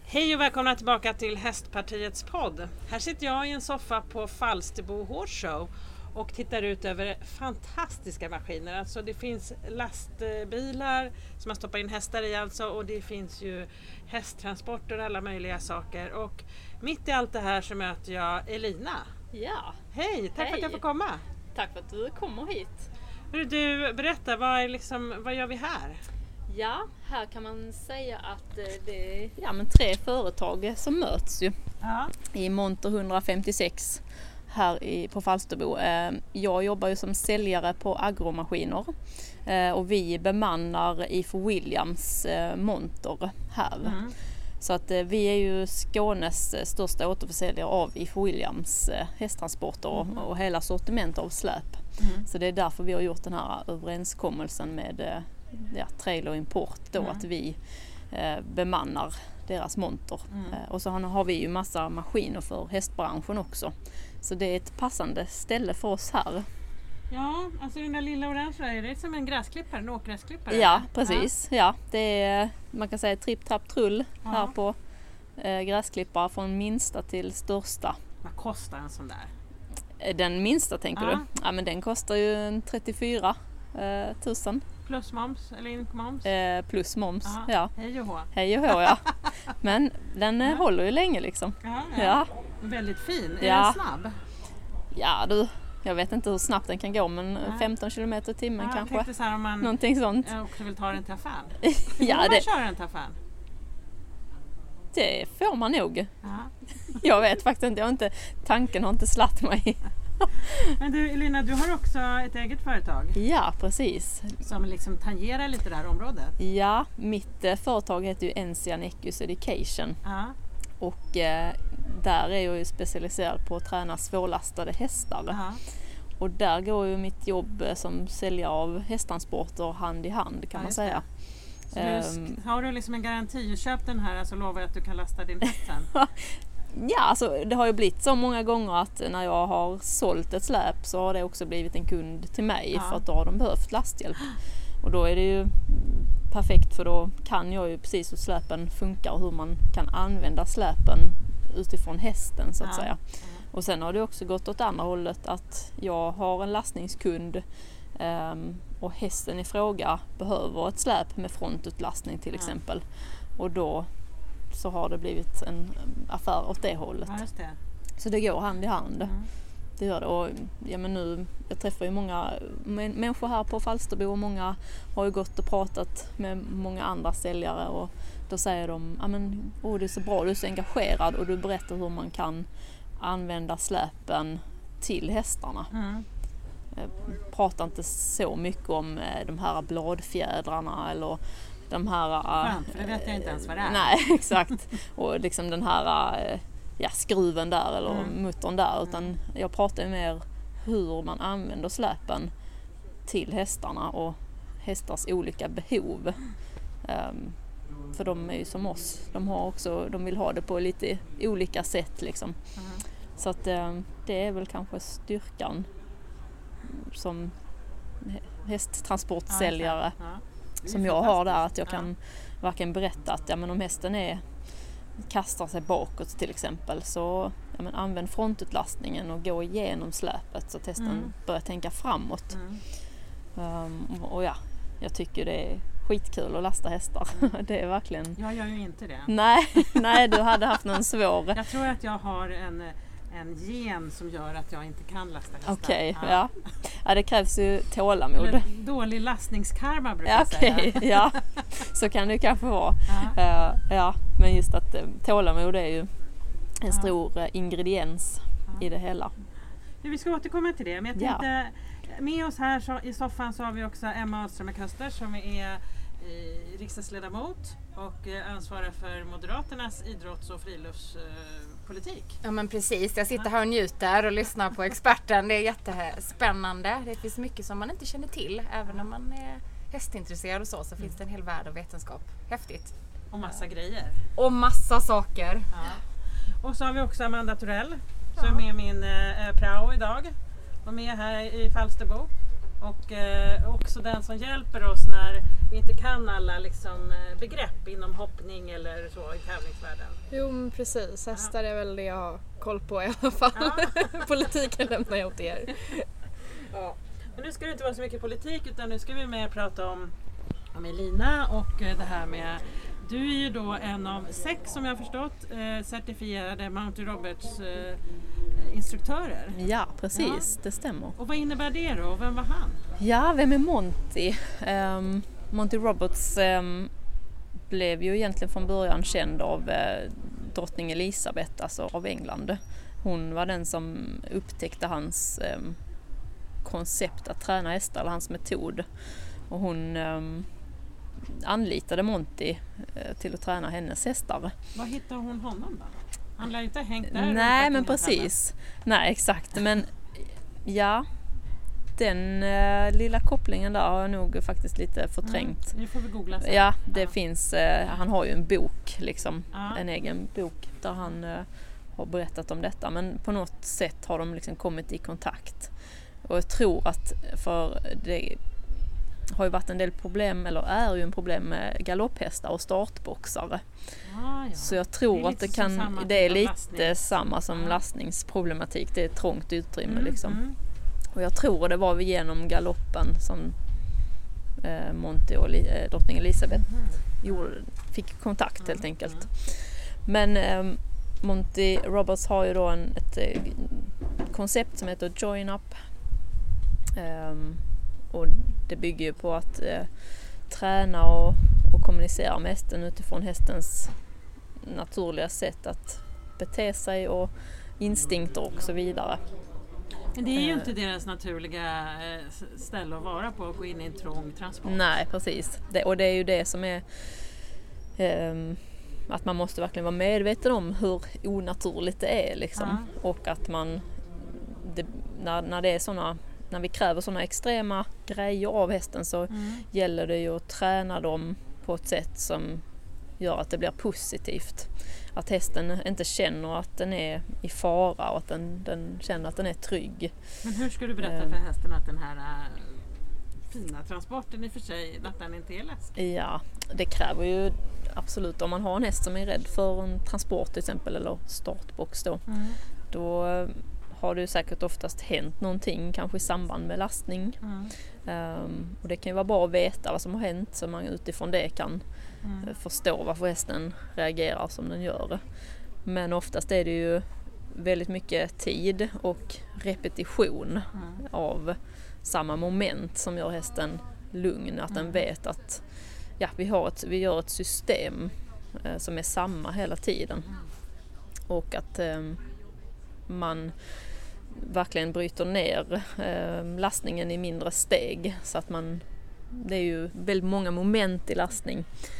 Hej och välkomna tillbaka till Hästpartiets podd. Här sitter jag i en soffa på Falsterbo Horse Show och tittar ut över fantastiska maskiner. Alltså det finns lastbilar som man stoppar in hästar i alltså, och det finns ju hästtransporter och alla möjliga saker. Och mitt i allt det här så möter jag Elina. Ja. Hej, tack för att jag får komma. Tack för att du kommer hit. Du, berätta, vad gör vi här? Ja, här kan man säga att det är tre företag som möts ju i monter 156 här på Falsterbo. Jag jobbar ju som säljare på agromaskiner och vi bemannar IFO Williams monter här. Mm. Så att vi är ju Skånes största återförsäljare av IFO Williams hästtransporter och hela sortiment av släp. Mm. Så det är därför vi har gjort den här överenskommelsen med Trailer Import då, att vi bemannar deras monter. Och så har vi ju massa maskiner för hästbranschen också. Så det är ett passande ställe för oss här. Ja, alltså den där lilla orangea, är det som en gräsklippare, en åkgräsklippare? Ja, precis. Ja, det är, man kan säga tripp, trapp, trull här på gräsklippare från minsta till största. Vad kostar en sån där? Den minsta tänker du? Ja, men den kostar ju 34 000. Plus moms eller inkomst? Plus moms, ja. Hej och hå. Hej och hå, ja. Men den håller ju länge liksom. Ja. Väldigt fin. Är den snabb? Ja du, jag vet inte hur snabbt den kan gå, men 15 km i timmen kanske. Jag tänkte så här, om man någonting sånt. också vill ta den till affären. Ja, man köra den till affären? Det får man nog. Jag vet faktiskt inte, tanken har inte slatt mig. Men du Elina, du har också ett eget företag. Ja, precis. Som liksom tangerar lite det här området. Ja, mitt företag heter ju Ensian Equus Education. Och där är jag ju specialiserad på att träna svårlastade hästar. Och där går ju mitt jobb som säljare av hästtransporter hand i hand kan man säga. Så har du liksom en garanti, köp den här så lovar jag att du kan lasta din häst sen. Ja, alltså det har ju blivit så många gånger att när jag har sålt ett släp så har det också blivit en kund till mig för att då har de behövt lasthjälp. Och då är det ju perfekt, för då kan jag ju precis hur släpen funkar och hur man kan använda släpen utifrån hästen så att säga. Och sen har det också gått åt andra hållet att jag har en lastningskund och hästen i fråga behöver ett släp med frontutlastning till exempel. Och då så har det blivit en affär åt det hållet. Ja, just det. Så det går hand i hand. Det gör det. Och jag träffar ju många människor här på Falsterbo och många har ju gått och pratat med många andra säljare och då säger de, du är så bra, du är så engagerad och du berättar hur man kan använda släpen till hästarna. Pratar inte så mycket om de här bladfjädrarna eller de här... för det vet jag inte ens vad det är. Nej, exakt. Och liksom den här skruven där eller muttern där. Utan jag pratar ju mer hur man använder släpen till hästarna och hästars olika behov. För de är ju som oss. De vill ha det på lite olika sätt liksom. Så att det är väl kanske styrkan som hästtransportsäljare. Som jag har där, att jag kan verkligen berätta att om hästen kastar sig bakåt till exempel så använd frontutlastningen och gå igenom släpet så att hästen börjar tänka framåt. Och jag tycker det är skitkul att lasta hästar. Det är verkligen... Jag gör ju inte det. Nej, du hade haft någon svår... Jag tror att jag har en gen som gör att jag inte kan lasta hästar. Okej, ja. Det krävs ju tålamod. Eller dålig lastningskarma brukar jag säga. Ja, så kan det kanske vara. Men just att tålamod är ju en stor ingrediens i det hela. Vi ska återkomma till det, men jag tänkte med oss här i soffan så har vi också Emma Ahlström-Köster som är riksdagsledamot och ansvarar för Moderaternas idrotts- och friluftspolitik. Ja men precis, jag sitter här och njuter och lyssnar på experten. Det är jättespännande. Det finns mycket som man inte känner till. Även om man är hästintresserad och så finns det en hel värld av vetenskap. Häftigt. Och massa grejer. Och massa saker. Och så har vi också Amanda Torell som är min prao idag. De är här i Falsterbo och också den som hjälper oss när vi inte kan alla liksom, begrepp inom hoppning eller så i tävlingsvärlden. Jo, men precis. Hästar är väl det jag har koll på i alla fall. Politiken lämnar jag åt er. Ja. Men nu ska det inte vara så mycket politik utan nu ska vi mer prata om Elina och det här med. Du är ju då en av 6 som jag har förstått certifierade Monty Roberts instruktörer. Ja, precis. Det stämmer. Och vad innebär det då? Och vem var han? Ja, vem är Monty? Monty Roberts blev ju egentligen från början känd av drottning Elisabeth, alltså av England. Hon var den som upptäckte hans koncept att träna hästar, eller hans metod. Och hon anlitade Monty till att träna hennes hästar. Var hittade hon honom då? Han lär ju inte ha hängt där. Nej, men precis. Nej, exakt. Men ja, den lilla kopplingen där har jag nog faktiskt lite förträngt. Det får vi googla sen. Ja, det finns, han har ju en bok liksom, en egen bok där han har berättat om detta. Men på något sätt har de liksom kommit i kontakt. Och jag tror att för det har ju varit en del problem, eller är ju en problem med galopphästar och startboxare. Så jag tror att det är lite samma som lastningsproblematik. Det är ett trångt utrymme liksom. Och jag tror det var genom galoppen som Monty och drottning Elisabeth fick kontakt helt enkelt. Men Monty Roberts har ju då ett koncept som heter Join Up. Och det bygger ju på att träna och kommunicera med hästen utifrån hästens naturliga sätt att bete sig och instinkter och så vidare. Men det är ju inte deras naturliga ställe att vara på och gå in i en trång transport. Nej, precis. Och det är ju det som är att man måste verkligen vara medveten om hur onaturligt det är liksom. Och att man när det är såna, när vi kräver sådana extrema grejer av hästen så gäller det ju att träna dem på ett sätt som gör att det blir positivt. Att hästen inte känner att den är i fara och att den känner att den är trygg. Men hur ska du berätta för hästen att den här fina transporten i och för sig, att den inte är läskig? Ja, det kräver ju absolut, om man har en häst som är rädd för en transport till exempel eller startbox då har det ju säkert oftast hänt någonting, kanske i samband med lastning. Och det kan ju vara bra att veta vad som har hänt så man utifrån det kan förstå varför hästen reagerar som den gör. Men oftast är det ju väldigt mycket tid och repetition av samma moment som gör hästen lugn. Att den vet att vi gör ett system som är samma hela tiden. Och att man verkligen bryter ner lastningen i mindre steg så att det är ju väldigt många moment i lastning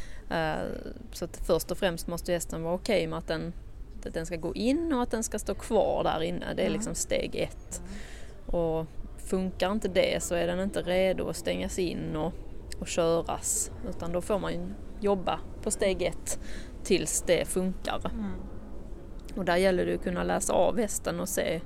så att först och främst måste hästen vara okej med att den ska gå in och att den ska stå kvar där inne. Det är liksom steg 1 och funkar inte det så är den inte redo att stängas in och köras utan då får man jobba på steg 1 tills det funkar. Och där gäller det att kunna läsa av hästen och se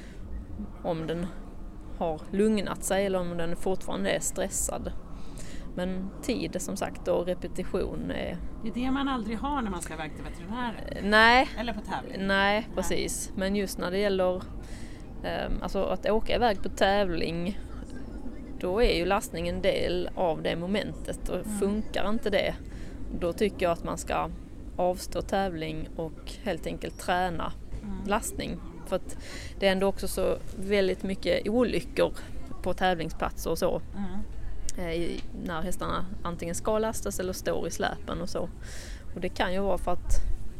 om den har lugnat sig eller om den fortfarande är stressad. Men tid som sagt och repetition är... Det är det man aldrig har när man ska iväg till veterinären. Nej. Eller på tävling. Nej, precis. Men just när det gäller alltså att åka iväg på tävling då är ju lastning en del av det momentet och funkar inte det då tycker jag att man ska avstå tävling och helt enkelt träna lastning. För att det är ändå också så väldigt mycket olyckor på tävlingsplatser och så. När hästarna antingen ska lastas eller står i släpen och så. Och det kan ju vara för att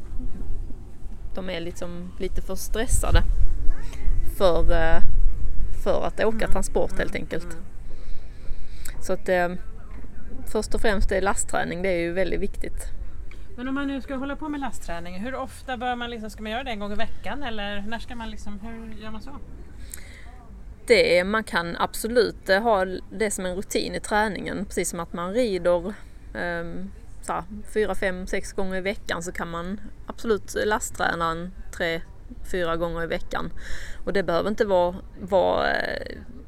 de är liksom lite för stressade för att åka transport helt enkelt. Så att först och främst är lastträning, det är ju väldigt viktigt. Men om man nu ska hålla på med lastträning, hur ofta bör man liksom, ska man göra det en gång i veckan eller när ska man liksom, hur gör man så? Man kan absolut ha det som en rutin i träningen, precis som att man rider 4, 5, 6 gånger i veckan så kan man absolut lastträna 3-4 gånger i veckan. Och det behöver inte vara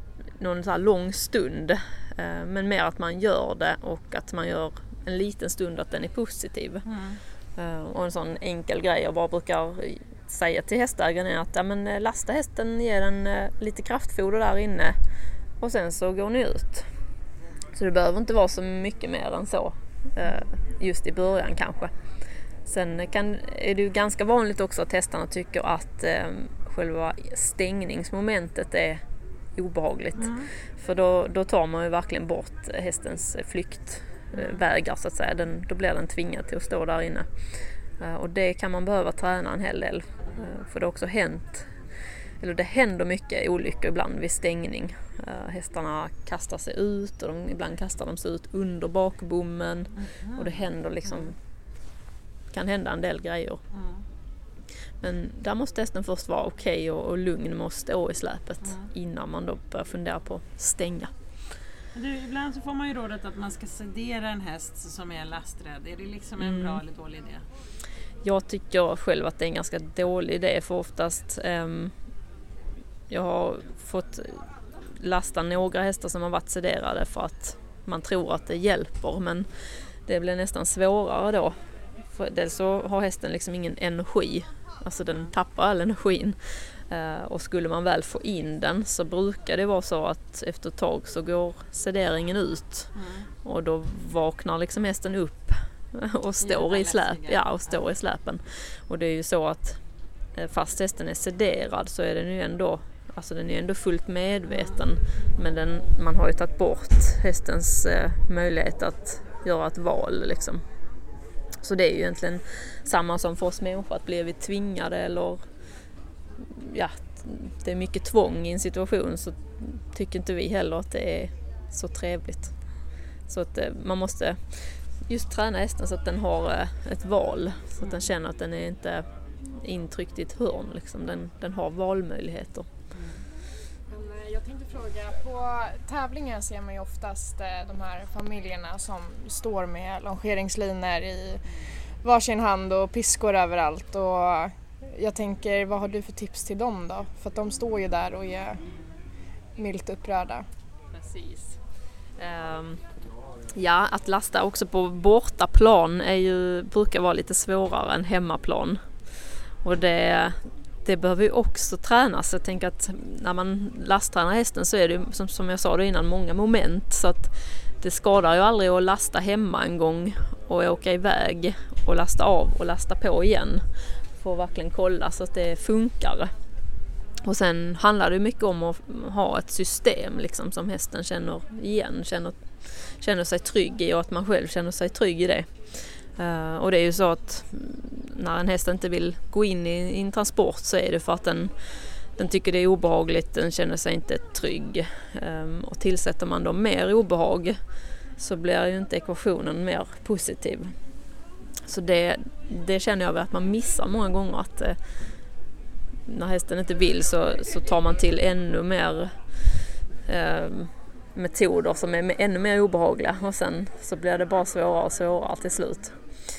någon så här lång stund. Men mer att man gör det och att man gör en liten stund att den är positiv. Och en sån enkel grej jag bara brukar säga till hästägaren är att lasta hästen, ge den lite kraftfoder där inne och sen så går ni ut. Så det behöver inte vara så mycket mer än så just i början kanske. Sen är det ju ganska vanligt också att hästarna tycker att själva stängningsmomentet är obehagligt. För då tar man ju verkligen bort hästens flyktvägar så att säga. Då blir den tvingad till att stå där inne. Och det kan man behöva träna en hel del. För det har också det händer mycket olyckor ibland vid stängning. Hästarna kastar sig ut och ibland kastar de sig ut under bakbommen. Och det händer kan hända en del grejer. Men där måste hästen först vara okej och lugn med att stå i släpet innan man då börjar fundera på att stänga. Ibland så får man ju rådet att man ska sedera en häst som är lasträdd. Är det en bra eller dålig idé? Jag tycker själv att det är en ganska dålig idé för oftast jag har fått lasta några hästar som har varit sederade för att man tror att det hjälper, men det blir nästan svårare då. För dels så har hästen ingen energi, alltså den tappar all energin. Och skulle man väl få in den så brukar det vara så att efter ett tag så går sederingen ut och då vaknar hästen upp och står i släp. Ja, och står i släpen. Och det är ju så att fast hästen är sederad så är den ju ändå, alltså den är ändå fullt medveten, men man har ju tagit bort hästens möjlighet att göra ett val Så det är ju egentligen samma som för oss människor, att blir vi tvingade eller det är mycket tvång i en situation så tycker inte vi heller att det är så trevligt. Så att man måste just träna hästen så att den har ett val, så att den känner att den är inte intryckt i ett hörn. Den har valmöjligheter. Men jag tänkte fråga, på tävlingar ser man ju oftast de här familjerna som står med longeringslinor i varsin hand och piskor överallt, och jag tänker, vad har du för tips till dem då? För att de står ju där och är milt upprörda. Precis. Att lasta också på bortaplan brukar vara lite svårare än hemmaplan. Och det behöver ju också tränas. Jag tänker att när man lasttränar hästen så är det som jag sa då innan många moment, så att det skadar ju aldrig att lasta hemma en gång och åka iväg och lasta av och lasta på igen. För att verkligen kolla så att det funkar. Och sen handlar det mycket om att ha ett system som hästen känner igen, känner sig trygg i, och att man själv känner sig trygg i det. Och det är ju så att när en häst inte vill gå in i en transport så är det för att den tycker det är obehagligt, den känner sig inte trygg. Och tillsätter man då mer obehag så blir ju inte ekvationen mer positiv. Så det känner jag väl att man missar många gånger, att när hästen inte vill så tar man till ännu mer metoder som är ännu mer obehagliga, och sen så blir det bara svårare och svårare till slut.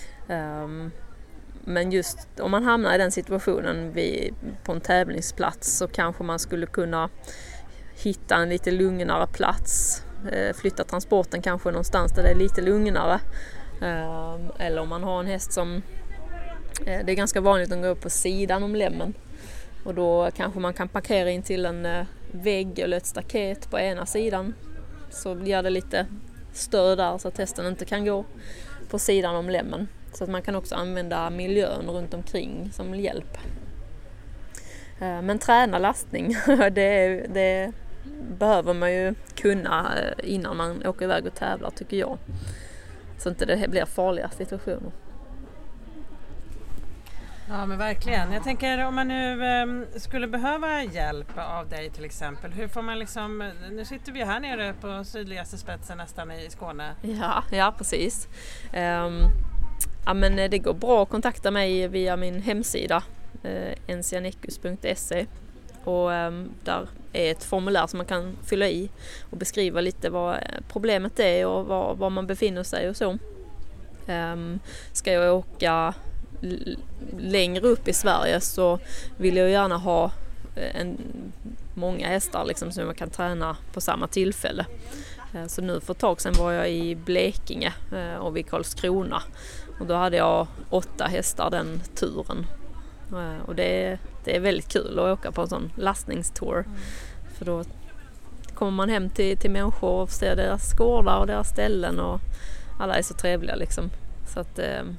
Men just om man hamnar i den situationen på en tävlingsplats så kanske man skulle kunna hitta en lite lugnare plats, flytta transporten kanske någonstans där det är lite lugnare. Eller om man har en häst som det är ganska vanligt att gå upp på sidan om lämmen, och då kanske man kan parkera in till en vägg eller ett staket på ena sidan, så blir det lite stöd där så att hästen inte kan gå på sidan om lämmen, så att man kan också använda miljön runt omkring som hjälp. Men träna lastning det behöver man ju kunna innan man åker iväg och tävlar, tycker jag. Så inte det blir farliga situationer. Ja, men verkligen. Jag tänker, om man nu skulle behöva hjälp av dig till exempel, hur får man nu sitter vi här nere på sydligaste spetsen nästan i Skåne. Ja precis. Men det går bra att kontakta mig via min hemsida ensianecus.se, och där är ett formulär som man kan fylla i och beskriva lite vad problemet är och var man befinner sig och så. Ska jag åka längre upp i Sverige så vill jag gärna ha många hästar liksom, som man kan träna på samma tillfälle. Så nu för ett tag sedan var jag i Blekinge och vid Karlskrona. Och då hade jag 8 hästar den turen. Och det är väldigt kul att åka på en sån lastningstour. För då kommer man hem till människor och ser deras gårdar och deras ställen. Och alla är så trevliga liksom. Så att,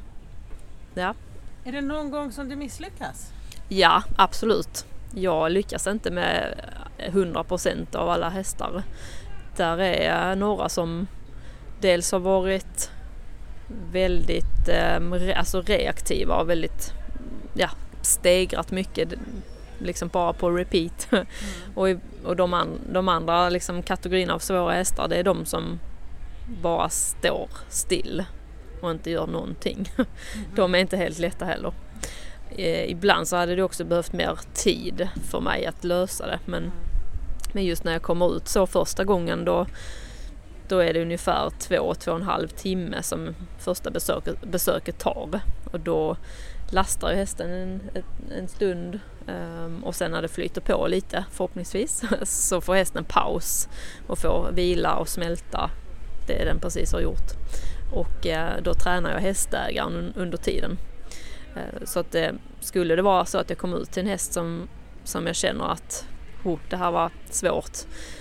ja. Är det någon gång som du misslyckas? Ja, absolut. Jag lyckas inte med 100% av alla hästar. Där är några som dels har varit väldigt reaktiva och väldigt stegrat mycket liksom bara på repeat. Och de andra liksom kategorierna av svåra hästar, det är de som bara står still och inte gör någonting. De är inte helt lätta heller. Ibland så hade det också behövt mer tid för mig att lösa det, men just när jag kommer ut så första gången då är det ungefär 2,5 timme som första besöket tar, och då lastar ju hästen en stund och sen när det flyter på lite förhoppningsvis så får hästen paus och får vila och smälta det den precis har gjort, och då tränar jag hästägaren under tiden. Så att skulle det vara så att jag kommer ut till en häst som jag känner att det här var svårt,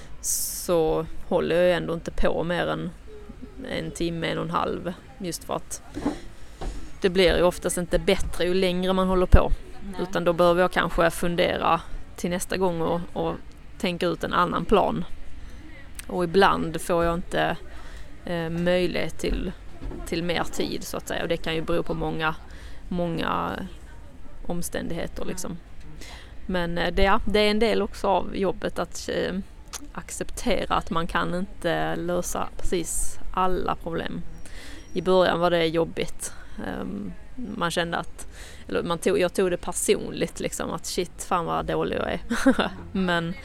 så håller jag ändå inte på mer än 1 timme, 1,5, just för att det blir ju oftast inte bättre ju längre man håller på. Nej. Utan då behöver jag kanske fundera till nästa gång och tänka ut en annan plan. Och ibland får jag inte möjlighet till mer tid så att säga, och det kan ju bero på många omständigheter liksom. Men det är en del också av jobbet att acceptera att man kan inte lösa precis alla problem. I början var det jobbigt. Man kände jag tog det personligt liksom, att shit, fan vad dålig jag är. Men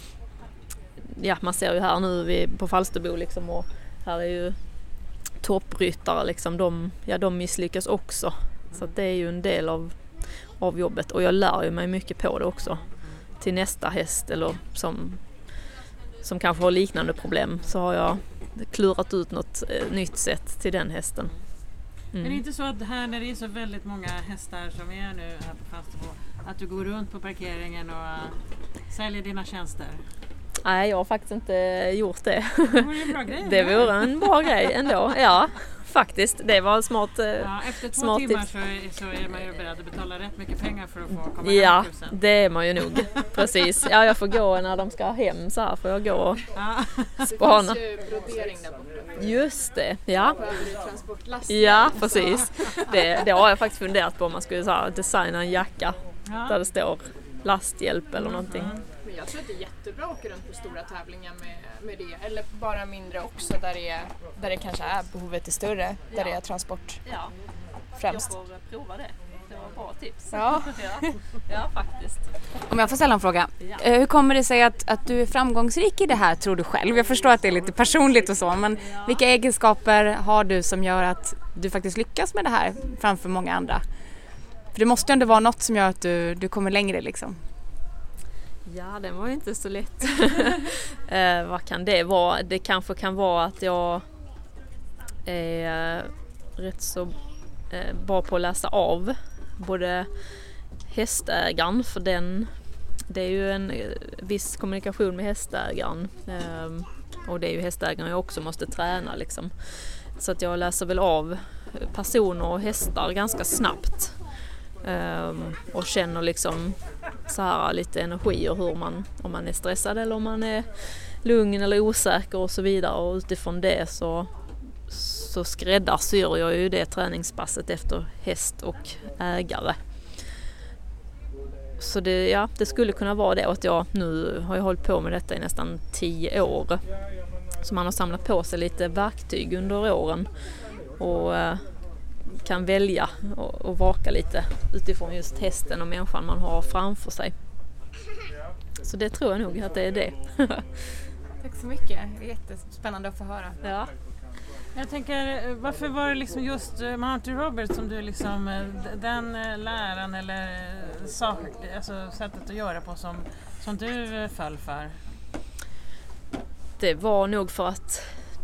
ja, man ser ju här nu på Falsterbo liksom, och här är ju toppryttare liksom, de misslyckas också. Så att det är ju en del av jobbet, och jag lär ju mig mycket på det också. Till nästa häst eller som kanske har liknande problem, så har jag klurat ut något nytt sätt till den hästen. Men det är inte så att här när det är så väldigt många hästar som är nu här på Falsterbo, att du går runt på parkeringen och säljer dina tjänster? Nej, jag har faktiskt inte gjort det. Det vore en bra grej. Det vore en bra grej ändå, ja. Faktiskt, det var smart. Ja, efter 2 timmar så är man ju beredd att betala rätt mycket pengar för att få komma hem. Ja, det är man ju nog. Precis. Ja, jag får gå när de ska hem, så här får jag gå och spana. Det finns ju brodering där borta. Just det, ja. Ja, precis. Det har jag faktiskt funderat på, om man skulle så här, designa en jacka där det står lasthjälp eller någonting. Men jag tror att det är jättebra att åka runt på stora tävlingar med det. Eller bara mindre också, där det kanske är behovet är större. Där det är transport främst. Jag får prova det. Det var bra tips. Ja. Ja, faktiskt. Om jag får ställa en fråga. Hur kommer det sig att du är framgångsrik i det här, tror du själv? Jag förstår att det är lite personligt och så, men vilka egenskaper har du som gör att du faktiskt lyckas med det här framför många andra? För det måste ju ändå vara något som gör att du kommer längre liksom. Ja, det var ju inte så lätt. Vad kan det vara? Det kanske kan vara att jag är rätt så bra på att läsa av både hästägaren, för det är ju en viss kommunikation med hästägaren, och det är ju hästägaren jag också måste träna liksom. Så att jag läser väl av personer och hästar ganska snabbt. Och känner liksom så här lite energi och om man är stressad eller om man är lugn eller osäker och så vidare, och utifrån det så skräddarsyr jag ju det träningspasset efter häst och ägare. Så det skulle kunna vara det, att jag nu har hållit på med detta i nästan 10 år, så man har samlat på sig lite verktyg under åren och kan välja och vaka lite utifrån just hästen och människan man har framför sig. Så det tror jag nog att det är det. Tack så mycket. Det är jättespännande att få höra. Ja. Jag tänker, varför var det liksom just Mount Robert som du liksom, den läran eller alltså sättet att göra på som du föll för? Det var nog för att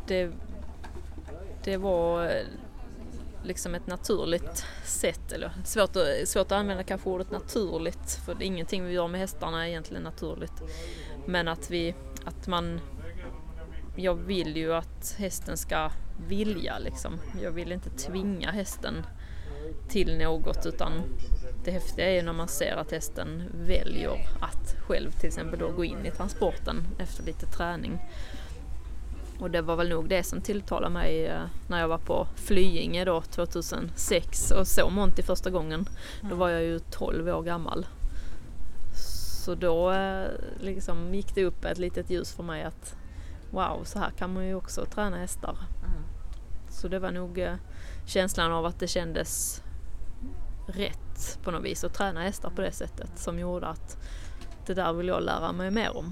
det var liksom ett naturligt sätt, eller svårt att använda kanske ordet naturligt, för det är ingenting vi gör med hästarna är egentligen naturligt. Men jag vill ju att hästen ska vilja liksom. Jag vill inte tvinga hästen till något, utan det häftiga är ju när man ser att hästen väljer att själv till exempel då gå in i transporten efter lite träning. Och det var väl nog det som tilltalade mig när jag var på Flyinge då 2006 och såg Monty första gången. Då var jag ju 12 år gammal. Så då liksom gick det upp ett litet ljus för mig att wow, så här kan man ju också träna hästar. Så det var nog känslan av att det kändes rätt på något vis att träna hästar på det sättet som gjorde att det där vill jag lära mig mer om.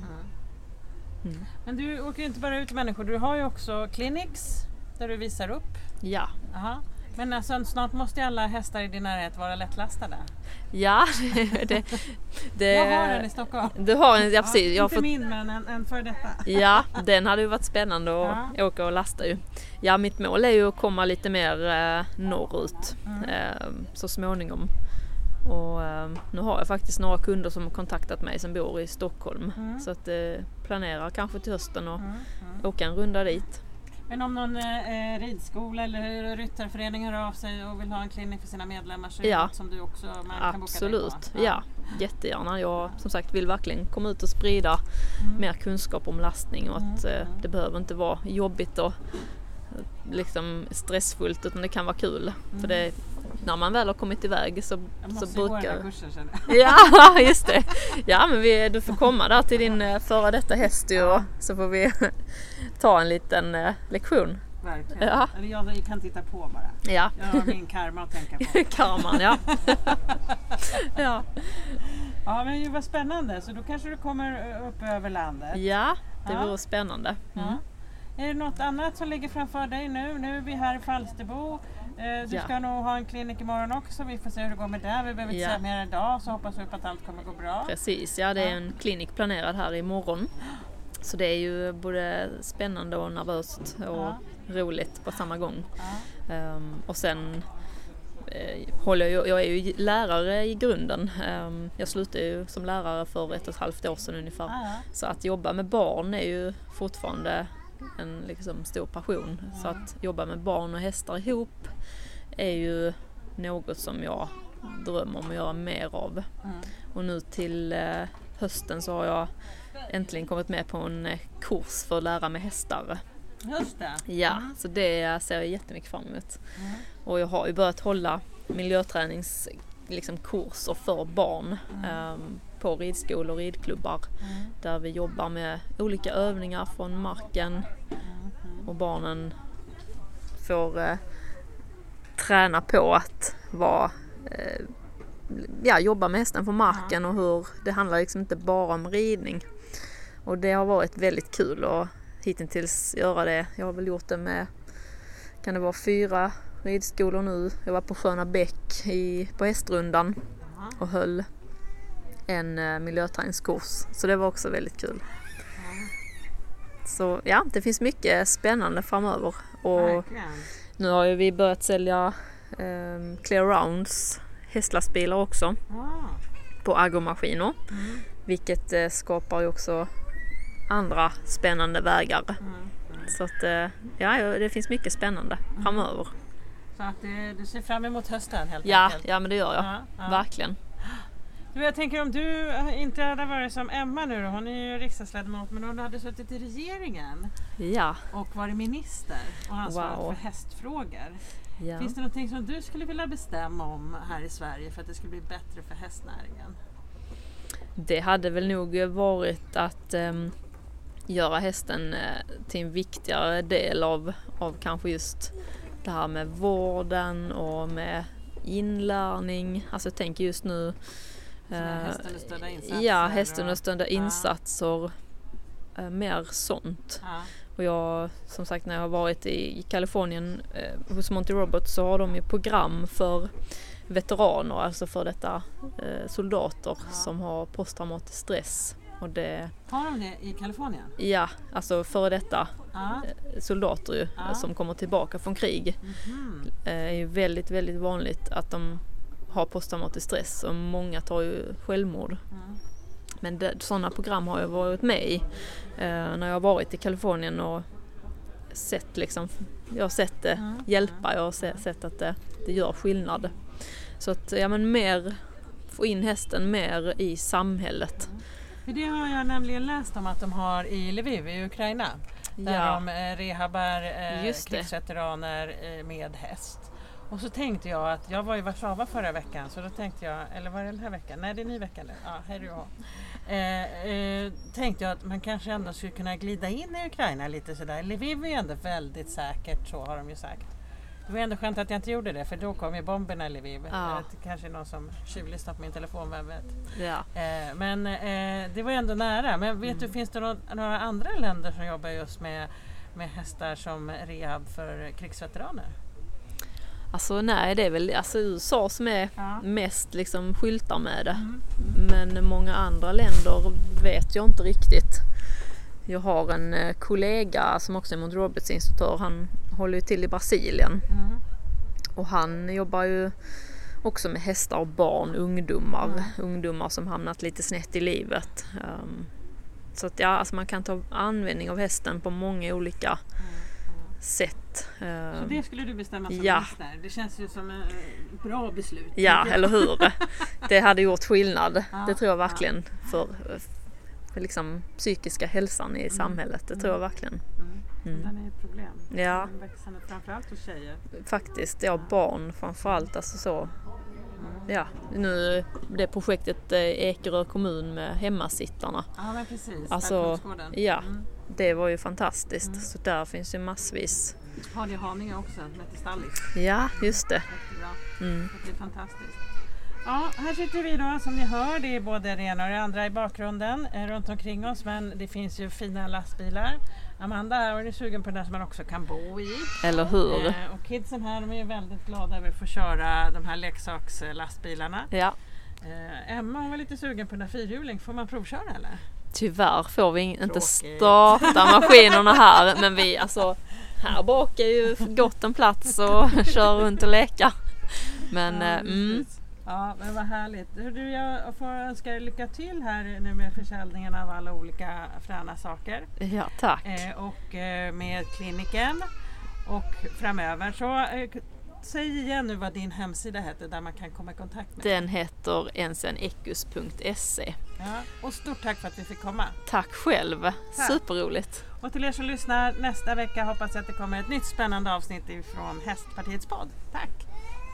Men du åker ju inte bara ut till människor, du har ju också clinics där du visar upp. Ja. Aha. Men alltså, snart måste ju alla hästar i din närhet vara lättlastade. Ja, jag har en i Stockholm. Du har en, ja precis. Inte min, men en för detta. Ja, den hade ju varit spännande att åka och lasta ju. Ja, mitt mål är ju att komma lite mer norrut så småningom. Och nu har jag faktiskt några kunder som har kontaktat mig som bor i Stockholm. Så att planerar kanske till hösten och åka en runda dit. Men om någon ridskola eller ryttarförening hör av sig och vill ha en klinik för sina medlemmar så är det något som du också kan boka dig på? Absolut, ja. Jättegärna. Jag som sagt vill verkligen komma ut och sprida mer kunskap om lastning och att det behöver inte vara jobbigt och liksom stressfullt, utan det kan vara kul. För det, när man väl har kommit iväg så brukar... Kursen, ja, just det. Ja, men du får komma där till din före detta häst och så får vi ta en liten lektion. Verkligen. Ja. Eller jag kan titta på bara. Ja. Jag har min karma att tänka på. Karman, ja. Ja. Ja, men det var spännande. Så då kanske du kommer upp över landet. Ja, det vore spännande. Ja. Är det något annat som ligger framför dig nu? Nu är vi här i Falsterbo. Du ska nog ha en klinik imorgon också. Vi får se hur det går med det. Vi behöver inte säga mer idag, så hoppas vi på att allt kommer gå bra. Precis, ja, det är en klinik planerad här imorgon. Så det är ju både spännande och nervöst och roligt på samma gång. Och sen jag är ju lärare i grunden. Jag slutade ju som lärare för 1,5 år sedan ungefär. Så att jobba med barn är ju fortfarande en liksom stor passion. Så att jobba med barn och hästar ihop är ju något som jag drömmer om att göra mer av. Och nu till hösten så har jag äntligen kommit med på en kurs för att lära mig hästar. Just det. Ja, så det ser jag jättemycket fram emot. Och jag har ju börjat hålla miljötränings liksom kurser för barn på ridskolor och ridklubbar där vi jobbar med olika övningar från marken och barnen får träna på att jobba med hästen på marken och hur det handlar liksom inte bara om ridning. Och det har varit väldigt kul att hittills göra det. Jag har väl gjort det med, kan det vara 4 ridskolor nu. Jag var på Sköna Bäck på hästrundan och höll en miljöträningskurs. Så det var också väldigt kul. Så ja, det finns mycket spännande framöver. Och nu har ju vi börjat sälja Clear Rounds hästlastbilar också på agromaskiner. Vilket skapar ju också andra spännande vägar. Så att det finns mycket spännande framöver. Så att du ser fram emot hösten helt enkelt? Ja, men det gör jag. Verkligen. Jag tänker om du inte hade varit som Emma nu då, hon är ju riksdagsledamot, men hon hade suttit i regeringen och varit minister och ansvarig för hästfrågor. Ja. Finns det någonting som du skulle vilja bestämma om här i Sverige för att det skulle bli bättre för hästnäringen? Det hade väl nog varit att göra hästen till en viktigare del av kanske just det här med vården och med inlärning. Alltså jag tänker just nu hästunderstödda insatser. Ja, hästunderstödda insatser. Mer sånt. Och jag, som sagt, när jag har varit i Kalifornien hos Monty Roberts, så har de ju program för veteraner, alltså för detta soldater som har posttraumatisk stress. Och det, har de det i Kalifornien? Ja, alltså för detta soldater ju, som kommer tillbaka från krig. är ju väldigt, väldigt vanligt att de har posttraumatisk stress, och många tar ju självmord. Men sådana program har jag varit med i när jag har varit i Kalifornien och sett liksom, jag har sett det hjälpa, jag har sett att det gör skillnad. Så att mer få in hästen mer i samhället. För det har jag nämligen läst om att de har i Lviv i Ukraina. Där de rehabar krigsveteraner med häst. Och så tänkte jag att jag var i Warszawa förra veckan, så då tänkte jag, eller var det den här veckan? Nej, det är ny vecka nu. Ja, här är jag. Tänkte jag att man kanske ändå skulle kunna glida in i Ukraina lite sådär. Lviv är ju ändå väldigt säkert, så har de ju sagt. Det var ändå skönt att jag inte gjorde det, för då kom ju bomberna i Lviv. Kanske någon som tjuvlyssnar på min telefon, vem vet. Men det var ändå nära. Men vet du, finns det några andra länder som jobbar just med hästar som rehab för krigsveteraner? Alltså nej, det är väl USA som är mest liksom skyltar med det. Men många andra länder vet jag inte riktigt. Jag har en kollega som också är Monty Roberts instruktör. Han håller ju till i Brasilien. Och han jobbar ju också med hästar och barn, ungdomar som hamnat lite snett i livet. Så att alltså man kan ta användning av hästen på många olika sätt. Så det skulle du bestämma som hästar? Det känns ju som ett bra beslut. Ja, eller hur? Det hade gjort skillnad. Det tror jag verkligen för liksom psykiska hälsan i samhället. Det tror jag verkligen. Den är ett problem. Ja. Växande framförallt hos tjejer. Faktiskt, barn framförallt. Alltså så. Ja, nu det projektet Ekerö kommun med hemmasittarna. Ja, men precis. Alltså, det var ju fantastiskt. Så där finns ju massvis. Har det Haninge också med Stallis? Ja, just det. Det är fantastiskt. Ja, här sitter vi då, som ni hör, det är både det ena och det andra i bakgrunden runt omkring oss, men det finns ju fina lastbilar. Amanda här och är sugen på den som man också kan bo i. Eller hur? Och kidsen här, de är ju väldigt glada över att få köra de här leksakslastbilarna. Ja. Emma var lite sugen på den här fyrhjuling. Får man provköra eller? Tyvärr får vi inte starta maskinerna här, men vi här bak är ju gott en plats och kör runt och leka. Men ja, men vad härligt. Jag får önska er lycka till här nu med försäljningen av alla olika fräna saker. Ja, tack. Och med kliniken. Och framöver så säg igen nu vad din hemsida heter där man kan komma i kontakt med. Den heter ensenekus.se. Ja, och stort tack för att vi fick komma. Tack själv. Tack. Superroligt. Och till er som lyssnar nästa vecka hoppas jag att det kommer ett nytt spännande avsnitt ifrån Hästpartiets podd. Tack!